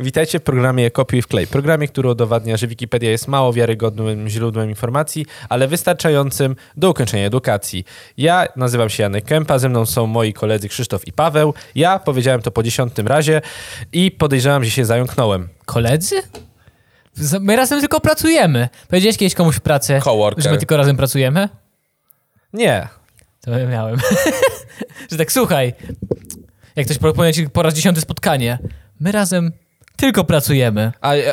Witajcie w programie Kopiuj wklej. Programie, który udowadnia, że Wikipedia jest mało wiarygodnym źródłem informacji, ale wystarczającym do ukończenia edukacji. Ja nazywam się Janek Kępa, ze mną są moi koledzy Krzysztof i Paweł. Ja powiedziałem to po 10. razie i podejrzewam, że się zająknąłem. Koledzy? My razem tylko pracujemy. Powiedziałeś kiedyś komuś w pracy, Coworker. że my tylko razem pracujemy? Nie. To ja miałem. Że tak, słuchaj, jak ktoś proponuje ci po raz 10 spotkanie, my razem tylko pracujemy.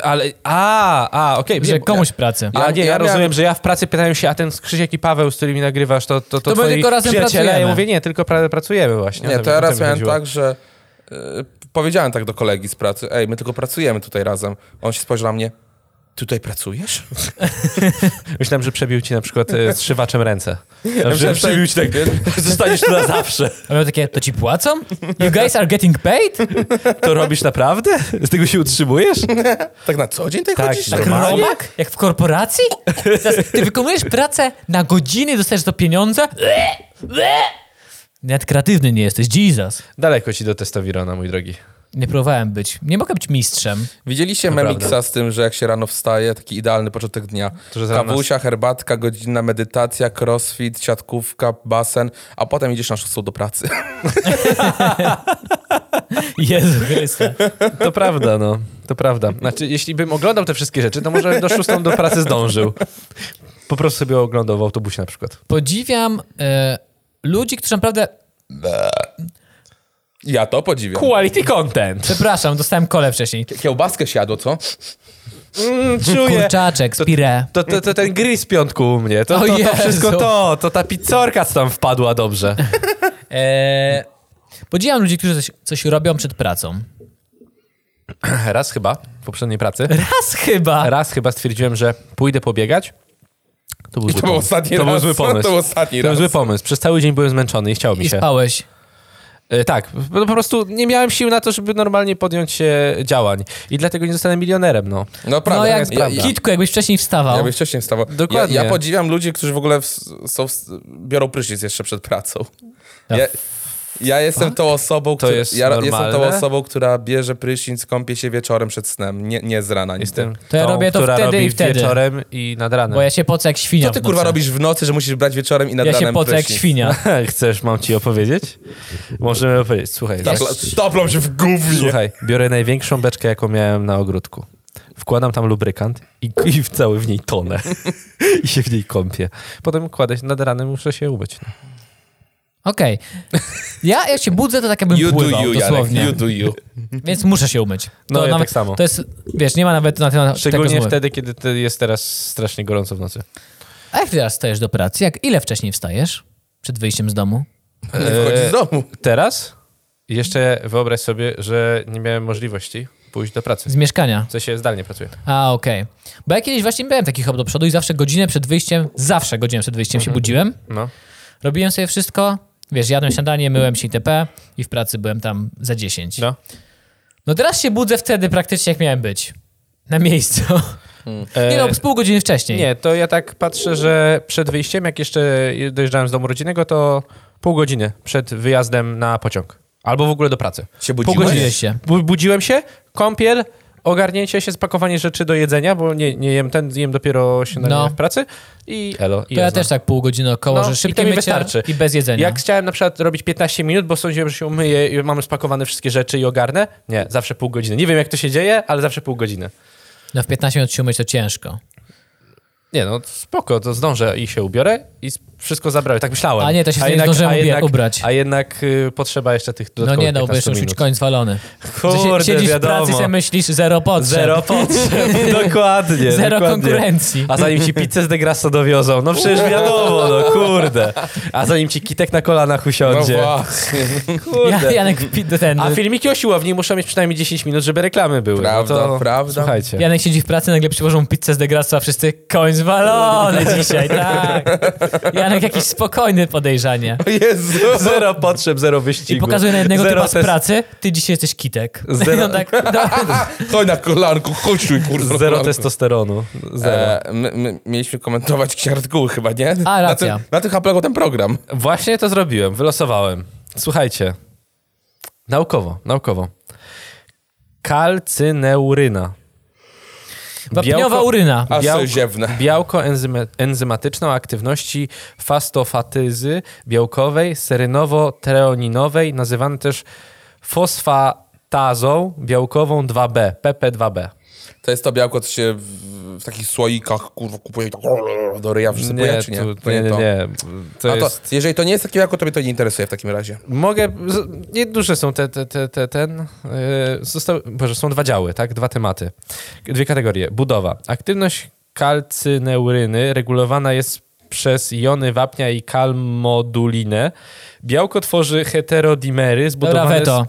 Okej. Że komuś w pracy. Ja rozumiem, że ja w pracy pytają się, a ten Krzysiek i Paweł, z którymi nagrywasz, to my twoi tylko razem przyjaciele? pracujemy. Ja mówię, nie, tylko pracujemy właśnie. Nie, O to ja o raz mi miałem chodziło. tak, że powiedziałem tak do kolegi z pracy, my tylko pracujemy tutaj razem. On się spojrzał na mnie, tutaj pracujesz? Myślałem, że przebił ci na przykład zszywaczem ręce. Że przebił ci tak, zostaniesz tu na zawsze. A miał takie, to ci płacą? You guys are getting paid? To robisz naprawdę? Z tego się utrzymujesz? Tak na co dzień tutaj Tak, chodzisz? tak. Tak Normalnie? robak? Jak w korporacji? Teraz ty wykonujesz pracę na godziny, dostajesz to pieniądze? Nawet kreatywny nie jesteś, Jesus. Daleko ci do testowirona, mój drogi. Nie próbowałem być. Nie mogę być mistrzem. Widzieliście To Memiksa prawda. z tym, że jak się rano wstaje, taki idealny początek dnia. To, że zaraz Kawusia, herbatka, godzinna medytacja, crossfit, siatkówka, basen, a potem idziesz na 6 do pracy. Jezu Chryste. To prawda, no. To prawda. Znaczy, jeśli bym oglądał te wszystkie rzeczy, to może do 6 do pracy zdążył. Po prostu sobie oglądał w autobusie na przykład. Podziwiam ludzi, którzy naprawdę... Ja to podziwiam. Quality content. Przepraszam, dostałem kole wcześniej. Kiełbaskę siadło, co? Czuję. Kurczaczek z pire. To ten gry z piątku u mnie. To Jezu. wszystko to ta pizzorka, co tam wpadła dobrze. Podziwiam ludzi, którzy coś robią przed pracą. Raz chyba, w poprzedniej pracy. Raz chyba. Stwierdziłem, że pójdę pobiegać. To był zły pomysł. ostatni To raz. był zły pomysł. To był ostatni To był raz. zły pomysł. Przez cały dzień byłem zmęczony i chciało mi I się. spałeś. Tak, po prostu nie miałem sił na to, żeby normalnie podjąć się działań. I dlatego nie zostanę milionerem, no. No prawda. No jak jest prawda. Kitku, jakbyś wcześniej wstawał. Ja bym wcześniej wstawał. Dokładnie. Ja podziwiam ludzi, którzy w ogóle biorą prysznic jeszcze przed pracą. Ja jestem tą osobą, To jest jestem normalne? tą osobą, która bierze prysznic, kąpie się wieczorem przed snem, nie z rana. Jestem To ja tą, robię to która wtedy robi i wtedy. wieczorem i nad ranem. Bo ja się pocę jak świnia. Co ty w kurwa nocy. robisz w nocy, że musisz brać wieczorem i nad Ja ranem się pocę jak prysznic? świnia. Chcesz, mam ci opowiedzieć? Możemy opowiedzieć. Słuchaj, Stoplą się w gównie. słuchaj, biorę największą beczkę, jaką miałem na ogródku. Wkładam tam lubrykant i cały w niej tonę. I się w niej kąpię. Potem kładę się nad ranem, muszę się umyć. No. Okej. Ja jak się budzę, to tak jakbym You do pływał, you, dosłownie. Janek, you do you. Więc muszę się umyć. No, To ja nawet, tak samo. To jest, wiesz, nie ma nawet na tego Szczególnie zmysłu. wtedy, kiedy jest teraz strasznie gorąco w nocy. A jak teraz wstajesz do pracy? Ile wcześniej wstajesz? Przed wyjściem z domu? Nie wchodzi z domu. Teraz jeszcze wyobraź sobie, że nie miałem możliwości pójść do pracy. Z mieszkania. W sensie zdalnie pracuję. A, okej. Bo ja kiedyś właśnie miałem taki hop do przodu i zawsze godzinę przed wyjściem się budziłem. No. Robiłem sobie wszystko. Wiesz, jadłem śniadanie, myłem się itp. I w pracy byłem tam za 10. No. No teraz się budzę wtedy praktycznie jak miałem być. Na miejscu. Nie no, z pół godziny wcześniej. Nie, to ja tak patrzę, że przed wyjściem, jak jeszcze dojeżdżałem z domu rodzinnego, to pół godziny przed wyjazdem na pociąg. Albo w ogóle do pracy. Się Pół budziłeś? godziny. Budziłeś się. Budziłem się, kąpiel, ogarnięcie się, spakowanie rzeczy do jedzenia, bo nie jem dopiero śniadanie No. w pracy i elo. I To ja jazda. też tak pół godziny około, No, że i szybkie to mi mycie wystarczy. i bez jedzenia. Jak chciałem na przykład robić 15 minut, bo sądziłem, że się umyję i mamy spakowane wszystkie rzeczy i ogarnę, nie, zawsze pół godziny. Nie wiem, jak to się dzieje, ale zawsze pół godziny. No w 15 minut się umyć to ciężko. Nie no, spoko, to zdążę i się ubiorę i wszystko zabrałem, tak myślałem. A nie, to się wtedy nie zdążyłem ubrać. A jednak potrzeba jeszcze tych No dodatkowych nie, no, bo 15 jeszcze musi być minut. koniec walony. Kurde, Siedzisz wiadomo. w pracy i sobie myślisz, zero potrzeb. Zero potrzeb, dokładnie. Zero dokładnie. konkurencji. A zanim ci pizzę z Degrasso dowiozą, no przecież wiadomo, no kurde. A zanim ci Kitek na kolanach No usiądzie. właśnie. Kurde. Janek, ten, A filmiki o siłowni muszą mieć przynajmniej 10 minut, żeby reklamy były. Prawda, no to, prawda. Słuchajcie. Janek siedzi w pracy, nagle przyłożą pizzę z Degrasso, a wszyscy koń zwalony dzisiaj, tak. Janek jakiś spokojny podejrzanie. O Jezu. Zero potrzeb, zero wyścigu. I pokazuje na jednego Zero typa z test- pracy, ty dzisiaj jesteś Kitek. Zero- No tak, no, Chodź na kolanku, chodź tu, kurwa. na Zero kolanku. testosteronu. Zero. My mieliśmy komentować jakieś artykuły chyba, nie? A, racja. Na tym polegał ten program. Właśnie to zrobiłem, wylosowałem. Słuchajcie. Naukowo. kalcyneuryna. Wapniowa uryna. Aż sobie ziewnę. Białko enzymatyczne o aktywności fastofatyzy białkowej serynowo-treoninowej, nazywane też fosfatazą białkową 2B, PP2B. To jest to białko, co się w takich słoikach kurwa kupuje i tak do ryja wsypuje, czy nie? Nie. To jest... To, jeżeli to nie jest takie białko, to mnie to nie interesuje w takim razie. Nieduże są są 2 działy, tak? 2 tematy. 2 kategorie. Budowa. Aktywność kalcyneuryny regulowana jest przez jony wapnia i kalmodulinę. Białko tworzy heterodimery zbudowane... Dobra, weto.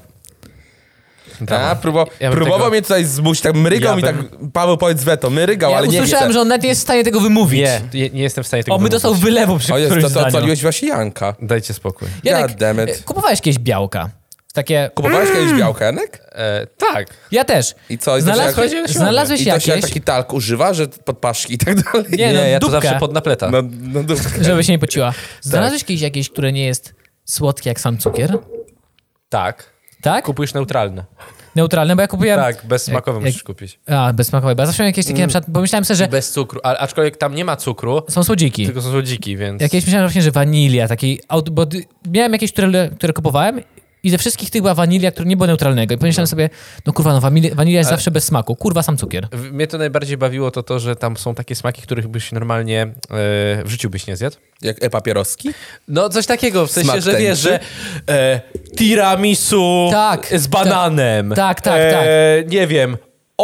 Próbował mnie tutaj zmusić, tak mrygał mi tak, Paweł powiedz weto, mrygał, ale nie chce. Usłyszałem, że on nawet nie jest w stanie tego wymówić. Nie jestem w stanie tego my wymówić. dostał wylewu przy którymś To zdaniu. ocaliłeś właśnie Janka. Dajcie spokój. Janek, God damn it. kupowałeś jakieś białka? Takie... Kupowałeś kiedyś białko, Janek? Tak. Ja też. I co? Znalazłeś I to się jakieś... taki talk używa, że pod paszki i tak dalej? Nie, Ja to dupkę, zawsze pod napleta. No dupkę. żeby się nie pociła. Znalazłeś kiedyś jakieś, które nie jest słodkie jak sam cukier? Tak. Tak? Kupujesz neutralne. Neutralne, bo ja kupiłem... Tak, bezsmakowe jak- musisz kupić. Bezsmakowe. Bo ja zawsze miałem jakieś takie na przykład... Pomyślałem sobie, że Bez cukru, aczkolwiek tam nie ma cukru, są słodziki. tylko są słodziki, więc... Jakieś myślałem właśnie, że wanilia, takiej... Bo miałem jakieś, które kupowałem i ze wszystkich tych była wanilia, które nie było neutralnego. I pomyślałem sobie, no kurwa, wanilia jest zawsze bez smaku. Kurwa, sam cukier. Mnie to najbardziej bawiło to, że tam są takie smaki, których byś normalnie w życiu byś nie zjadł. Jak papieroski? No coś takiego, w sensie, Smak że wiesz, że tiramisu Tak, z bananem. tak. Nie wiem,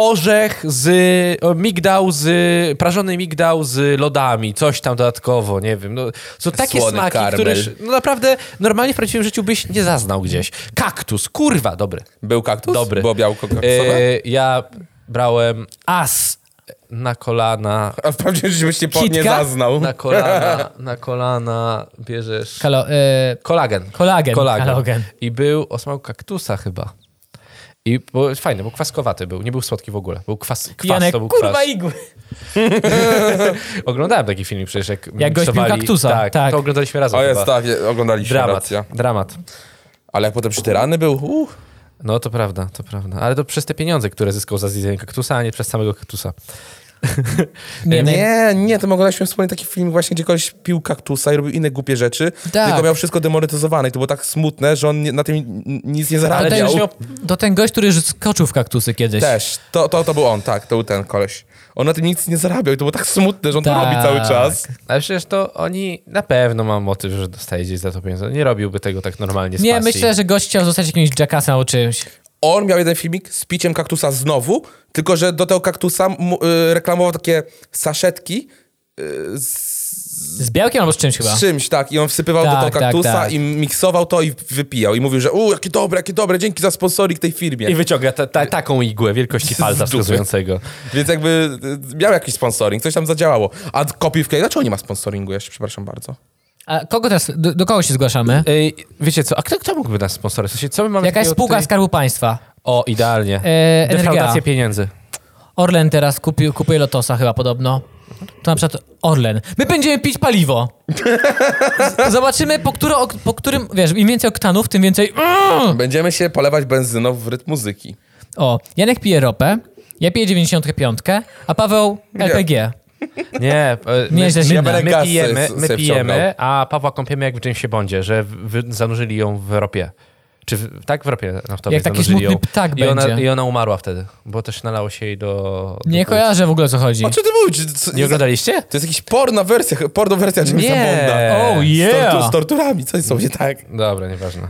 prażony migdał z lodami, coś tam dodatkowo, nie wiem. No, są takie Słony smaki, karmel. które no naprawdę normalnie w prawdziwym życiu byś nie zaznał gdzieś. Kaktus, kurwa, dobry. Był kaktus? Dobry. Było białko kaktusowe? Ja brałem As. na kolana, A w prawdziwym życiu byś nie Kitka? zaznał. na kolana bierzesz Kolagen. kolagen. I był o smaku kaktusa chyba. I było fajny, bo kwaskowaty był, nie był słodki w ogóle. Był kwas Janek, to był kurwa kwas. igły. Oglądałem taki filmik przecież, jak gość pił miksowali- kaktusa, tak. To oglądaliśmy razem O jest, chyba. tak, oglądaliśmy, racja. Dramat. Ale jak potem przytyrany był, No to prawda. Ale to przez te pieniądze, które zyskał za zjedzenie kaktusa, a nie przez samego kaktusa. Nie, to mogliśmy wspomnieć taki film właśnie, gdzie koleś pił kaktusa i robił inne głupie rzeczy, Tak. tylko miał wszystko demonetyzowane i to było tak smutne, że on na tym nic nie Ale zarabiał. to ten gość, który skoczył w kaktusy kiedyś. Też, to był on, tak, to był ten koleś. On na tym nic nie zarabiał i to było tak smutne, że on to Tak. robi cały czas. Ale przecież to oni na pewno ma motyw, że dostaje gdzieś za to pieniądze. Nie robiłby tego tak normalnie z Nie, pasji. myślę, że gość chciał zostać jakimś jackassem albo czymś. On miał jeden filmik z piciem kaktusa znowu, tylko że do tego kaktusa reklamował takie saszetki Z białkiem albo z czymś chyba? z czymś, tak. I on wsypywał do Tak, tego kaktusa tak. i miksował to i wypijał. I mówił, że jakie dobre, dzięki za sponsoring tej firmie. I wyciąga taką igłę wielkości palca Z dupy. wskazującego. Więc jakby miał jakiś sponsoring, coś tam zadziałało. A Kopiuj w klej, dlaczego nie ma sponsoringu jeszcze? Przepraszam bardzo. A kogo teraz, do kogo się zgłaszamy? Wiecie co, a kto mógłby nas sponsorować? W sensie, co my mamy Jakaś takiego spółka tutaj? Skarbu Państwa. O, idealnie. Energia. Defraudacja pieniędzy. Orlen teraz kupuje Lotosa chyba podobno. To na przykład Orlen. My będziemy pić paliwo. Zobaczymy, po którym, wiesz, im więcej oktanów, tym więcej... Będziemy się polewać benzyną w rytm muzyki. O, Janek pije ropę, ja piję 95, a Paweł LPG. Nie, Nieźle się da. my Gaz pijemy, sobie wciągał. a Pawła kąpiemy jak w Jamesie Bondzie, że zanurzyli ją w ropie. Czy w ropie naftowej Jak taki zanurzyli ją. smutny ptak będzie. I ona umarła wtedy, bo też nalało się jej do Nie płuc. kojarzę w ogóle, o co chodzi. O czym ty mówisz? Nie oglądaliście? To jest jakiś porno wersja Jamesa Nie. Bonda. Oh yeah! Z torturami, coś są nie tak. Dobra, nieważne.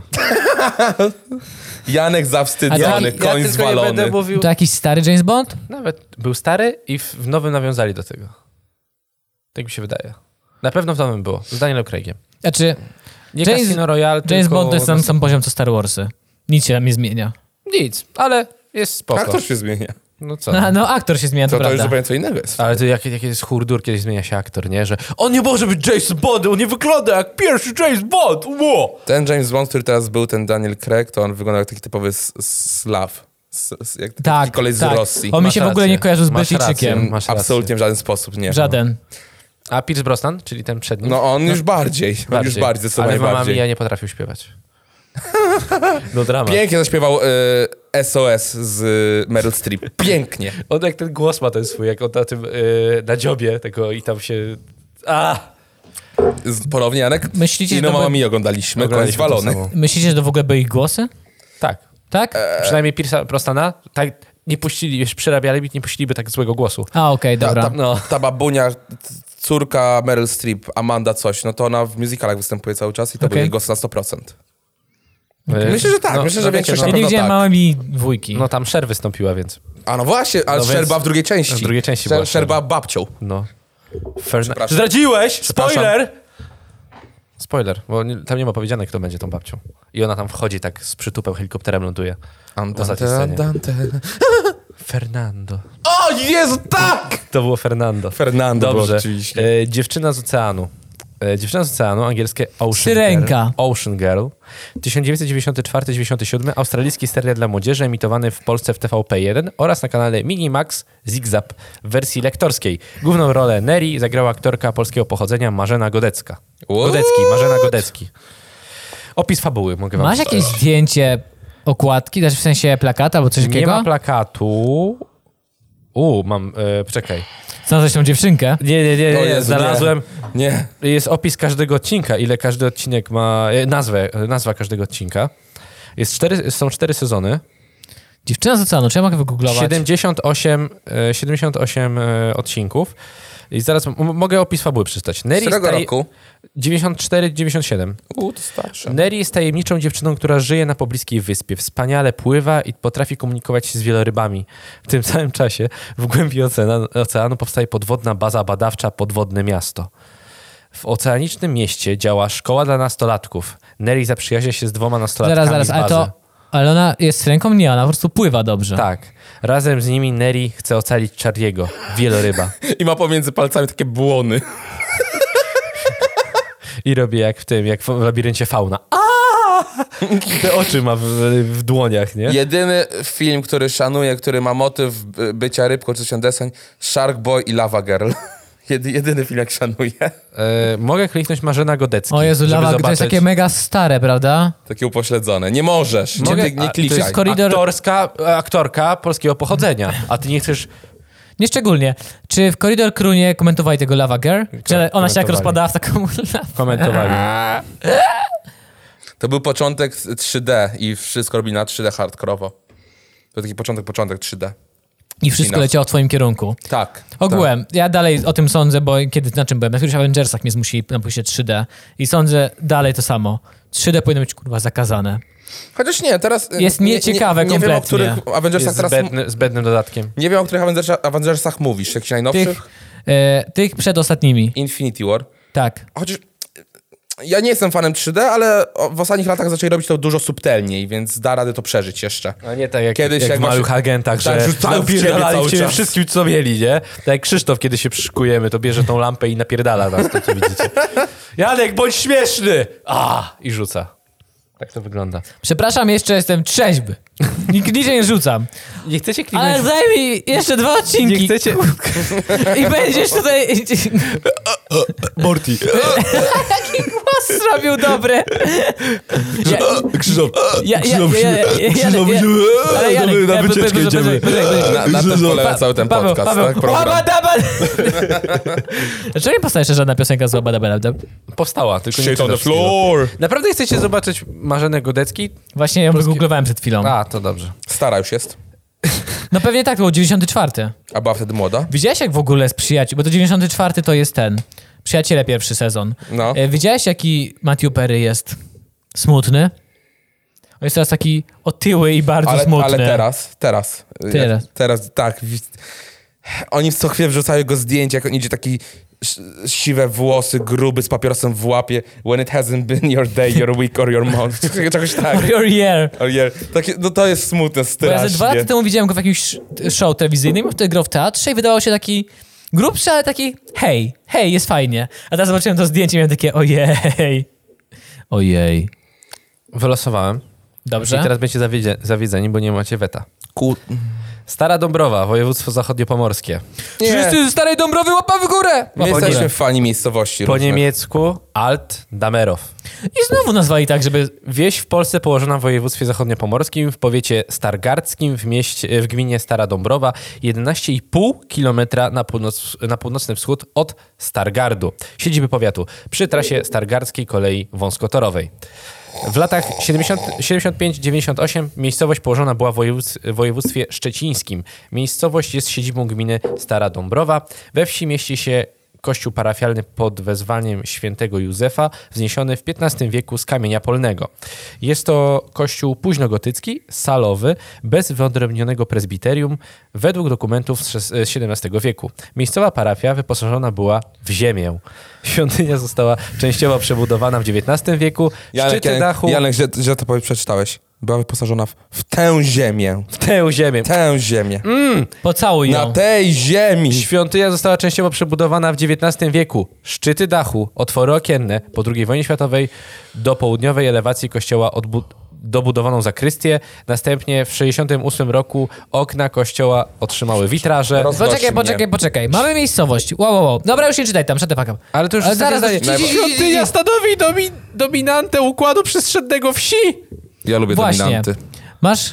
Janek zawstydzony, Ja koń tylko nie zwalony. będę mówił... To jakiś stary James Bond? Nawet był stary i w nowym nawiązali do tego. Tak mi się wydaje. Na pewno w nowym było. Z Danielem Craigiem. Znaczy, Nie James- Casino Royale, James tylko... Bond to jest ten sam poziom co Star Warsy. Nic się tam nie zmienia. Nic, ale jest spoko. Aktor się zmienia. No co? No aktor się zmienia, to To już prawda. zupełnie co innego jest. Ale to jaki jest hurdur, kiedy zmienia się aktor, nie? Że on nie może być James Bondem, on nie wygląda jak pierwszy James Bond! Ło! Ten James Bond, który teraz był, ten Daniel Craig, to on wyglądał jak taki typowy Slav. Jak taki Tak, koleś z tak. Rosji. On mi Masz się w ogóle rację. nie kojarzy z Masz Brytyjczykiem. rację. Masz rację. Absolutnie w żaden sposób nie. Żaden. A Pierce Brosnan, czyli ten przedni? No on już bardziej. On już bardziej, Ale zdecydowanie w Mamma bardziej. Mia nie potrafił śpiewać. No dramat. Pięknie zaśpiewał SOS z Meryl Streep. Pięknie. On jak ten głos ma ten swój, jak on na tym, na dziobie tego i tam się... Ponownie, Janek? Myślicie, że no to Mamma by- Mia oglądaliśmy, koniec Oglądaliśmy to walony. samo. Myślicie, że to w ogóle były ich głosy? Tak. Tak? Przynajmniej Pierce'a Brosnana tak nie puścili, wiesz, przerabiali, nie puściliby tak złego głosu. A, okej, dobra. No. Ta babunia, córka Meryl Streep, Amanda coś, no to ona w musicalach występuje cały czas i to Okej. był jej głos na 100%. Myślę, że tak. Myślę, że większość Ja na nie pewno widziałem tak. małemi dwójki. No tam Cher wystąpiła, więc... A no właśnie, ale No Cher więc- była w drugiej części. w drugiej części była Cher była babcią. No. Przepraszam. Zdradziłeś! Przepraszam. Spoiler! Spoiler, bo tam nie ma powiedziane, kto będzie tą babcią. I ona tam wchodzi tak z przytupem, helikopterem ląduje. W ostatniej scenie. Fernando. O Jezu, tak! To było Fernando. Fernando było Dobrze. oczywiście. Dziewczyna z oceanu. Dziewczyna z oceanu, angielskie Ocean Syrenka. Girl. Ocean Girl. 1994-97, australijski serial dla młodzieży emitowany w Polsce w TVP1 oraz na kanale Minimax Zigzag w wersji lektorskiej. Główną rolę Neri zagrała aktorka polskiego pochodzenia Marzena Godecka. Marzena Godecki. Opis fabuły mogę wam Masz jakieś zdjęcie okładki, znaczy w sensie plakata albo coś Nie takiego? ma plakatu. Mam, poczekaj. Znalazłeś tą dziewczynkę? Nie, O Jezu, znalazłem. Nie. Jest opis każdego odcinka, ile każdy odcinek ma, nazwa każdego odcinka. Są 4 sezony, Dziewczyna z oceanu, czy ja mogę wygooglować? 78 odcinków. I zaraz mogę opis fabuły przeczytać. Z którego roku? 94-97. To starsze. Neri jest tajemniczą dziewczyną, która żyje na pobliskiej wyspie. Wspaniale pływa i potrafi komunikować się z wielorybami. W tym samym czasie w głębi oceanu powstaje podwodna baza badawcza Podwodne Miasto. W oceanicznym mieście działa szkoła dla nastolatków. Neri zaprzyjaźnia się z 2 nastolatkami Zaraz, z ale bazy. ale ona jest z ręką? Nie, ona po prostu pływa dobrze. Tak. Razem z nimi Neri chce ocalić Charliego, wieloryba. I ma pomiędzy palcami takie błony. I robi jak w labiryncie fauna. Te oczy ma w dłoniach, nie? Jedyny film, który szanuję, który ma motyw bycia rybką, czy się deseń, Shark Boy i Lava Girl. Jedyny film, jak szanuję. Mogę kliknąć Marzena Godecki. O Jezu, żeby Lava, to zobaczyć. jest takie mega stare, prawda? Takie upośledzone. Nie możesz. Mogę, Nie to klikaj. jest koridor- aktorka polskiego pochodzenia, a ty nie chcesz... Nieszczególnie. Czy w Corridor Crew nie komentowali tego Lava Girl? Czy ona się jak komentowali. rozpadała w taką lawę? Komentowali. To był początek 3D i wszystko robili na 3D hardkorowo. To taki początek 3D. I wszystko Enough. leciało w twoim kierunku. Tak. Ogółem, ja dalej o tym sądzę, bo na czym byłem? Na których Avengersach mnie zmusili na pójście 3D. I sądzę dalej to samo. 3D powinno być, kurwa, zakazane. Chociaż nie, teraz... Jest nieciekawe nie wiem, o kompletnie. których Avengersach Jest teraz... zbędnym dodatkiem. Nie wiem, o których Avengersach mówisz. Jakichś najnowszych? Tych przed ostatnimi. Infinity War. Tak. Chociaż ja nie jestem fanem 3D, ale w ostatnich latach zaczęli robić to dużo subtelniej, więc da radę to przeżyć jeszcze. A nie tak jak, Kiedyś jak jak w Małych właśnie- Agentach, tak, że rzucają w ciebie napierdalali cały w ciebie czas. wszystkim, co mieli, nie? Tak jak Krzysztof, kiedy się przyszykujemy, to bierze tą lampę i napierdala nas, to co widzicie. Janek, bądź śmieszny! I rzuca. Tak to wygląda. Przepraszam, jeszcze jestem trzeźby. Niczym nie rzucam. Nie chcecie kliknąć... Ale daj mi jeszcze 2 odcinki. Nie chcecie... I będziesz tutaj... Morty. Jaki głos zrobił dobry. Krzysztof. Ale Janek, na wycieczkę idziemy. Na tym polega cały ten podcast, tak? Program. Dlaczego nie powstaje jeszcze żadna piosenka z Łabadabadab? Powstała, tylko nie Shit on the Krzysztofskiego. floor. Naprawdę chcecie zobaczyć Marzenę Godecki? Właśnie ją wygooglowałem przed chwilą. A, to dobrze. Stara już jest. No pewnie tak, to było 94. A była wtedy młoda? Widziałeś jak w ogóle z przyjaciół, bo to 94 to jest ten, Przyjaciele pierwszy sezon. No. Widziałeś jaki Matthew Perry jest smutny? On jest teraz taki otyły i bardzo smutny. Ale teraz. Teraz, tak. Oni co chwilę wrzucają jego zdjęcia, jak on idzie taki siwe włosy, gruby, z papierosem w łapie. When it hasn't been your day, your week or your month. Czegoś tak. Your year. Or year. Takie, no to jest smutne, Bo strasznie. ja ze 2 lata temu widziałem go w jakimś show telewizyjnym, wtedy grał w teatrze i wydawał się taki grubszy, ale taki hej, jest fajnie. A teraz zobaczyłem to zdjęcie i miałem takie ojej. Wylosowałem. Dobrze. I teraz będziecie zawiedzeni, bo nie macie weta. Stara Dąbrowa, województwo zachodniopomorskie. Wszyscy ze Starej Dąbrowy łapa w górę! My jesteśmy fani miejscowości Po różnych. niemiecku Alt-Damerow. I znowu nazwali tak, żeby... Wieś w Polsce położona w województwie zachodniopomorskim, w powiecie stargardzkim, w gminie Stara Dąbrowa, 11,5 kilometra na północny wschód od Stargardu, siedziby powiatu, przy trasie stargardzkiej kolei wąskotorowej. W latach 75-98 miejscowość położona była w województwie szczecińskim. Miejscowość jest siedzibą gminy Stara Dąbrowa. We wsi mieści się kościół parafialny pod wezwaniem świętego Józefa, wzniesiony w XV wieku z kamienia polnego. Jest to kościół późnogotycki, salowy, bez wyodrębnionego prezbiterium, według dokumentów z XVII wieku. Miejscowa parafia wyposażona była w ziemię. Świątynia została częściowo przebudowana w XIX wieku. Szczyty dachu... Janek, że to przeczytałeś. Była wyposażona w tę ziemię. W tę ziemię. Tę ziemię. Pocałuj ją. Na tej ziemi. Świątynia została częściowo przebudowana w XIX wieku. Szczyty dachu, otwory okienne po II wojnie światowej do południowej elewacji kościoła dobudowano zakrystię. Następnie w 1968 roku okna kościoła otrzymały witraże. Poczekaj. Mamy miejscowość. Wow. Dobra, już nie czytaj tam, shut the fuck up. Ale to już zaraz. Świątynia stanowi dominantę układu przestrzennego wsi. Ja lubię dominanty. Masz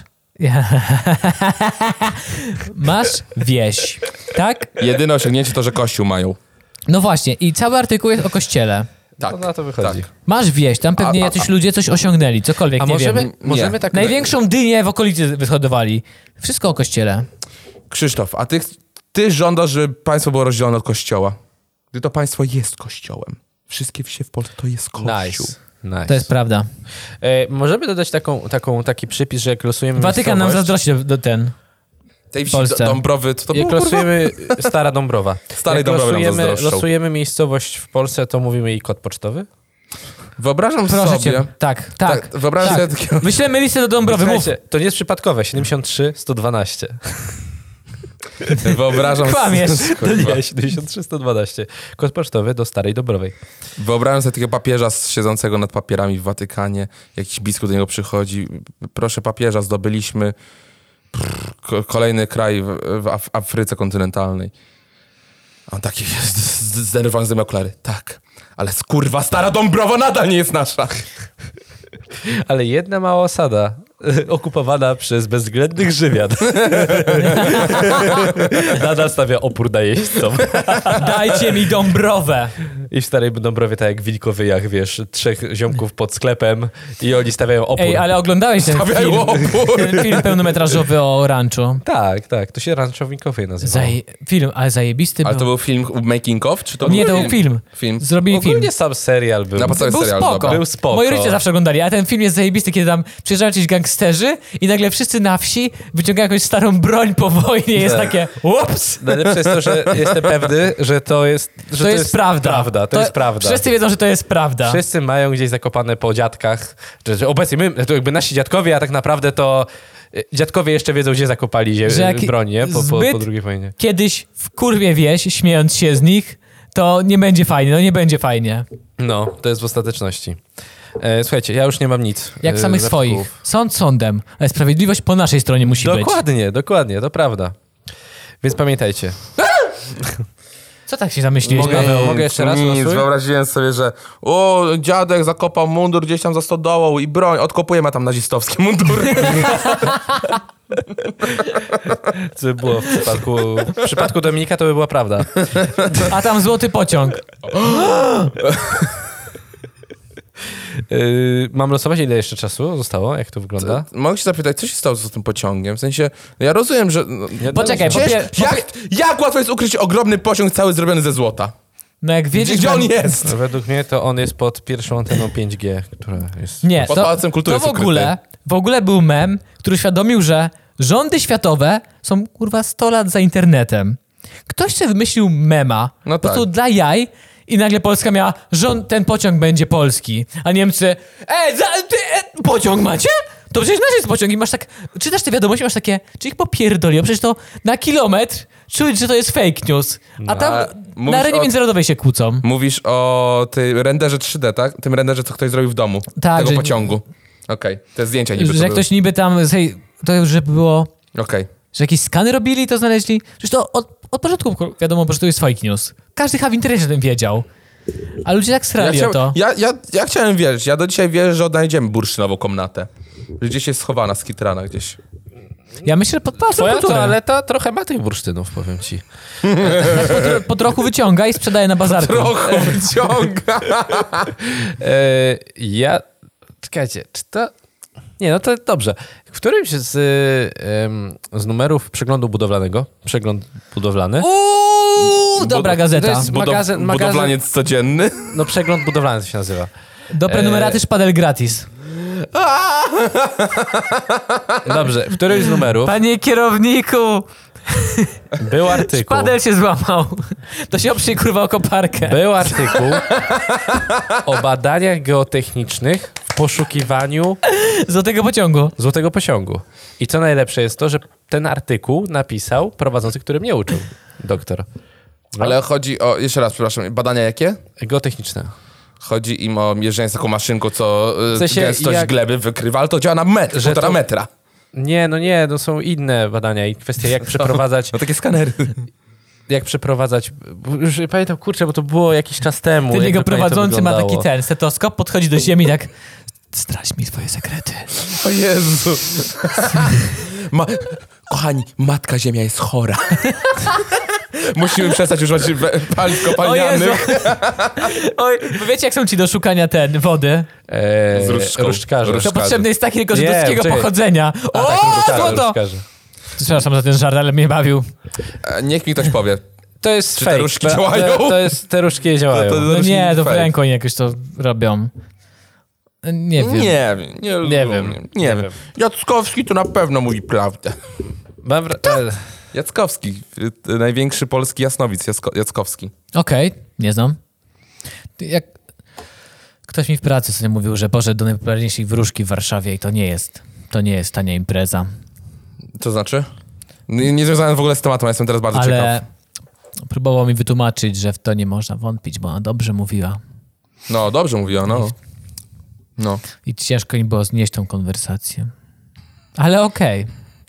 wieś, tak? Jedyne osiągnięcie to, że kościół mają. No właśnie, i cały artykuł jest o kościele. Tak. To na to wychodzi. Tak. Masz wieś, tam pewnie jacyś ludzie coś osiągnęli, cokolwiek, A nie możemy, wiem. możemy tak... Największą dynię w okolicy wyhodowali. Wszystko o kościele. Krzysztof, a ty żądasz, żeby państwo było rozdzielone od kościoła. Gdy to państwo jest kościołem. Wszystkie wsie w Polsce to jest kościół. Nice. To jest prawda. Możemy dodać taki przypis, że jak losujemy Watykan nam zazdrości do ten. Tej wsi Polsce. Dąbrowy, to Jak było, losujemy Stara Dąbrowa. Starej Dąbrowy nam zazdroszczą. losujemy miejscowość w Polsce, to mówimy jej kod pocztowy? Wyobrażam Proszę sobie... cię. Tak. Wyobrażam sobie takiego... Wyślemy listę do Dąbrowy, mów. Słuchajcie, to nie jest przypadkowe. 73 112. Wyobrażam Kłamiesz. To nie, 73 112. Kod pocztowy do Starej Dąbrowej. Wyobrażam sobie takiego papieża siedzącego nad papierami w Watykanie. Jakiś biskup do niego przychodzi. Proszę papieża, zdobyliśmy kolejny kraj w Afryce kontynentalnej. A on taki zdenerwowany, zdejmie okulary. Tak, ale kurwa Stara Dąbrowa nadal nie jest nasza. Ale jedna mała osada okupowana przez bezwzględnych Rzymian nadal stawia opór najeźdźcom. Dajcie mi Dąbrowę. I w Starej Dąbrowie, tak jak w Wilkowyjach, wiesz, 3 ziomków pod sklepem i oni stawiają opór. Ej, ale oglądałeś ten film pełnometrażowy o ranczu? Tak, to się Rancho w Wilkowej nazywa. Film, ale zajebisty Ale był. to był film making of, czy to Nie, był to był film. Film. Zrobili film. Ogólnie sam serial był. Na podstawie Był serialu, spoko. dobra. Był spoko. Moi rodzice zawsze oglądali, a ten film jest zajebisty, kiedy tam przyjeżdżają jakieś gangsterzy i nagle wszyscy na wsi wyciągają jakąś starą broń po wojnie i jest takie ups! Najlepsze jest to, że jestem pewny, że to jest prawda. To jest prawda. Wszyscy wiedzą, że to jest prawda. Wszyscy mają gdzieś zakopane po dziadkach. Że obecnie my, to jakby nasi dziadkowie, a tak naprawdę to dziadkowie jeszcze wiedzą, gdzie zakopali broń, nie? Po II wojnie. Kiedyś w kurwie wieś, śmiejąc się z nich, to nie będzie fajnie. No, to jest w ostateczności. Słuchajcie, ja już nie mam nic. Jak samych swoich. Sąd sądem, ale sprawiedliwość po naszej stronie musi być. Dokładnie, to prawda. Więc pamiętajcie. Co tak się zamyśliłeś, Mogę jeszcze raz? Nic, losuj? wyobraziłem sobie, że dziadek zakopał mundur gdzieś tam za stodołą i broń, odkopujemy tam nazistowski mundur. Co by było w przypadku Dominika, to by była prawda. A tam złoty pociąg. Mam losować, ile jeszcze czasu zostało? Jak to wygląda? Mogę się zapytać, co się stało z tym pociągiem? W sensie, ja rozumiem, że... Poczekaj, Jak łatwo jest ukryć ogromny pociąg cały zrobiony ze złota? No jak wiedzieć, Gdzie on jest? Według mnie to on jest pod pierwszą anteną 5G, która jest... Nie, Pod Pałacem Kultury to w ogóle był mem, który uświadomił, że rządy światowe są, kurwa, 100 lat za internetem. Ktoś sobie wymyślił mema, po prostu dla jaj, i nagle Polska miała, ten pociąg będzie polski. A Niemcy, pociąg macie? To przecież nasz jest pociąg. I masz tak, czytasz te wiadomości, masz takie, czy ich popierdoliło? Przecież to na kilometr czuć, że to jest fake news. A tam na arenie międzynarodowej się kłócą. Mówisz o tym renderze 3D, tak? Tym renderze, co ktoś zrobił w domu. Tak, tego że- pociągu. Okej, te zdjęcia niby Że to jak ktoś niby tam, to już żeby było... Okej. Że jakieś skany robili, to znaleźli. Przecież to od początku wiadomo, że to jest fake news. Każdy w internecie o tym wiedział. A ludzie tak srali o to. Ja chciałem wierzyć. Ja do dzisiaj wierzę, że odnajdziemy bursztynową komnatę. Że gdzieś jest schowana, skitrana gdzieś. Ja myślę, że pod Twoja toaleta trochę ma tych bursztynów, powiem ci. Po trochu wyciąga i sprzedaje na bazarku. Trochę wyciąga. Czekajcie, czy to... Nie, no to dobrze. W którymś z numerów przeglądu budowlanego, przegląd budowlany... Dobra gazeta. To jest magazyn... Budowlaniec codzienny. No przegląd budowlany to się nazywa. Do prenumeraty szpadel gratis. Dobrze, w którymś z numerów... Panie kierowniku! Był artykuł... Szpadel się złamał. To się oprzyj kurwa o koparkę. Był artykuł o badaniach geotechnicznych w poszukiwaniu złotego pociągu. I co najlepsze jest to, że ten artykuł napisał prowadzący, który mnie uczył, doktor. No. Ale chodzi o, jeszcze raz, przepraszam, badania jakie? Geotechniczne. Chodzi im o mierzenie z taką maszynką, co w sensie gęstość gleby wykrywa, ale to działa na metr, półtora metra. Nie, to są inne badania i kwestia jak przeprowadzać... No takie skanery. Jak przeprowadzać... Już pamiętam, kurczę, bo to było jakiś czas temu. Ten jego prowadzący ma taki stetoskop, podchodzi do ziemi tak... Zdradź mi swoje sekrety. O Jezu. Kochani, Matka Ziemia jest chora. Musimy przestać używać paliw kopalnianych. Oj, bo wiecie jak są ci do szukania wody? Z różdżkarzy. To potrzebny jest taki tylko żydowskiego pochodzenia. Złoto! Przepraszam za ten żart, ale mnie bawił. Niech mi ktoś powie. To jest czy fake. Te różdżki działają? Te różdżki nie działają. No nie, to w ręku oni jakoś to robią. Nie wiem. Nie wiem. Jackowski to na pewno mówi prawdę. Jackowski, największy polski jasnowic, Jackowski. Okej, nie znam. Jak ktoś mi w pracy sobie mówił, że poszedł do najpopularniejszej wróżki w Warszawie i to nie jest tania impreza. Co znaczy? Nie związałem w ogóle z tematem, ja jestem teraz bardzo ciekaw. Ale próbował mi wytłumaczyć, że w to nie można wątpić, bo ona dobrze mówiła. No, dobrze mówiła, no. I ciężko im było znieść tą konwersację. Ale okej.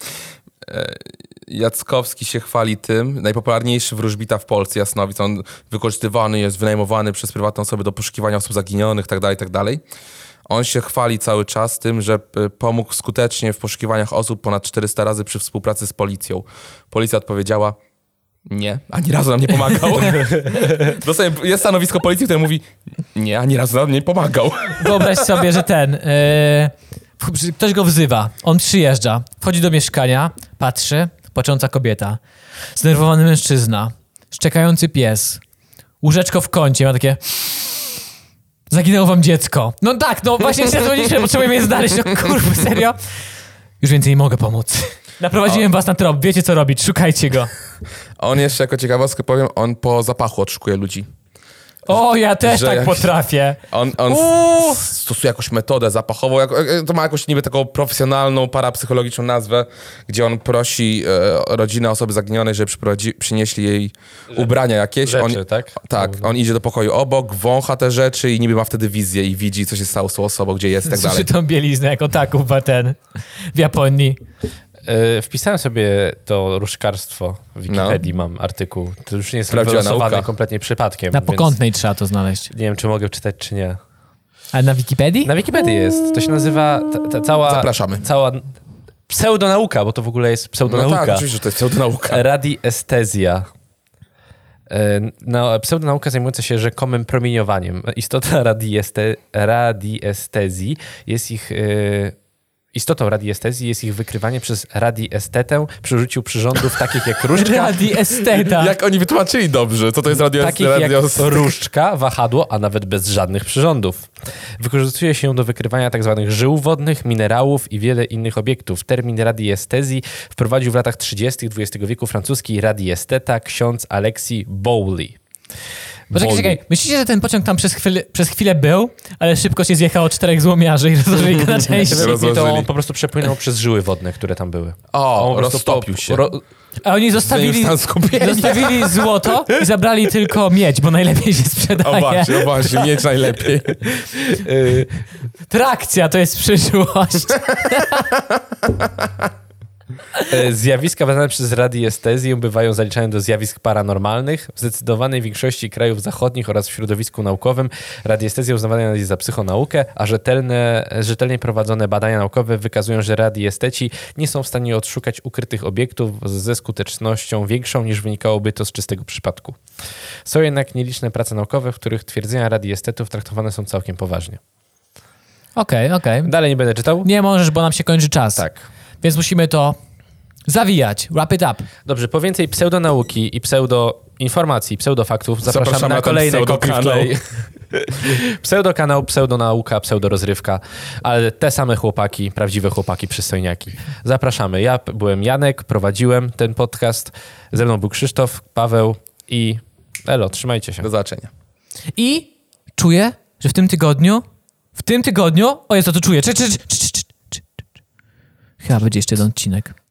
Jackowski się chwali tym, najpopularniejszy wróżbita w Polsce, jasnowic. On wykorzystywany jest, wynajmowany przez prywatne osoby do poszukiwania osób zaginionych, tak dalej. On się chwali cały czas tym, że pomógł skutecznie w poszukiwaniach osób ponad 400 razy przy współpracy z policją. Policja odpowiedziała, nie, ani razu nam nie pomagał. Jest stanowisko policji, które mówi, nie, ani razu nam nie pomagał. Wyobraź sobie, że ktoś go wzywa, on przyjeżdża, wchodzi do mieszkania, patrzy, płacząca kobieta, zdenerwowany mężczyzna, szczekający pies, łóżeczko w kącie, ma takie... Zaginęło wam dziecko. No tak, właśnie się dzwoniliśmy, potrzebujemy je znaleźć. No kurwa, serio? Już więcej nie mogę pomóc. Naprowadziłem was na trop, wiecie co robić, szukajcie go. On jeszcze, jako ciekawostkę powiem, on po zapachu odszukuje ludzi. O, ja też tak potrafię. On stosuje jakąś metodę zapachową, to ma jakąś niby taką profesjonalną, parapsychologiczną nazwę, gdzie on prosi rodzinę osoby zaginionej, żeby przynieśli jej ubrania jakieś. Rzeczy, tak? Tak, on idzie do pokoju obok, wącha te rzeczy i niby ma wtedy wizję i widzi, co się stało z tą osobą, gdzie jest i tak dalej. Słyszy tą bieliznę jako taką w Japonii. Wpisałem sobie to różdżkarstwo w Wikipedii, mam artykuł. To już nie jest wylosowany kompletnie przypadkiem. Na pokątnej trzeba to znaleźć. Nie wiem, czy mogę czytać, czy nie. A na Wikipedii? Na Wikipedii jest. To się nazywa cała... Zapraszamy. Cała pseudonauka, bo to w ogóle jest pseudonauka. No tak, oczywiście, że to jest pseudonauka. Radiestezja. Pseudonauka zajmująca się rzekomym promieniowaniem. Istota radiestezji jest ich... Istotą radiestezji jest ich wykrywanie przez radiestetę przy użyciu przyrządów takich jak różdżka. Radiesteta. Jak oni wytłumaczyli dobrze, co to jest takich jak różdżka, wahadło, a nawet bez żadnych przyrządów. Wykorzystuje się do wykrywania tzw. żył wodnych, minerałów i wiele innych obiektów. Termin radiestezji wprowadził w latach 30. XX wieku francuski radiesteta ksiądz Alexis Bowley. Czekaj. Myślicie, że ten pociąg tam przez chwilę był, ale szybko się zjechało 4 złomiarzy i rozłożyli go na części? To on po prostu przepłynął przez żyły wodne, które tam były. Roztopił się. A oni zostawili złoto i zabrali tylko miedź, bo najlepiej się sprzedaje. O właśnie, miedź najlepiej. Trakcja to jest przyszłość. Zjawiska badane przez radiestezję bywają zaliczane do zjawisk paranormalnych. W zdecydowanej większości krajów zachodnich oraz w środowisku naukowym radiestezja uznawana jest za psychonaukę, a rzetelnie prowadzone badania naukowe wykazują, że radiesteci nie są w stanie odszukać ukrytych obiektów ze skutecznością większą niż wynikałoby to z czystego przypadku. Są jednak nieliczne prace naukowe, w których twierdzenia radiestetów traktowane są całkiem poważnie. Okej. Dalej nie będę czytał? Nie możesz, bo nam się kończy czas. Tak. Więc musimy to zawijać. Wrap it up. Dobrze, po więcej pseudonauki i pseudoinformacji, pseudofaktów zapraszamy na kolejny Copy Play. Pseudokanał, pseudonauka, pseudorozrywka, ale te same chłopaki, prawdziwe chłopaki przystojniaki. Zapraszamy. Ja byłem Janek, prowadziłem ten podcast. Ze mną był Krzysztof, Paweł i Elo. Trzymajcie się. Do zobaczenia. I czuję, że w tym tygodniu, o Jezu, to czuję. Chyba będzie jeszcze jeden odcinek.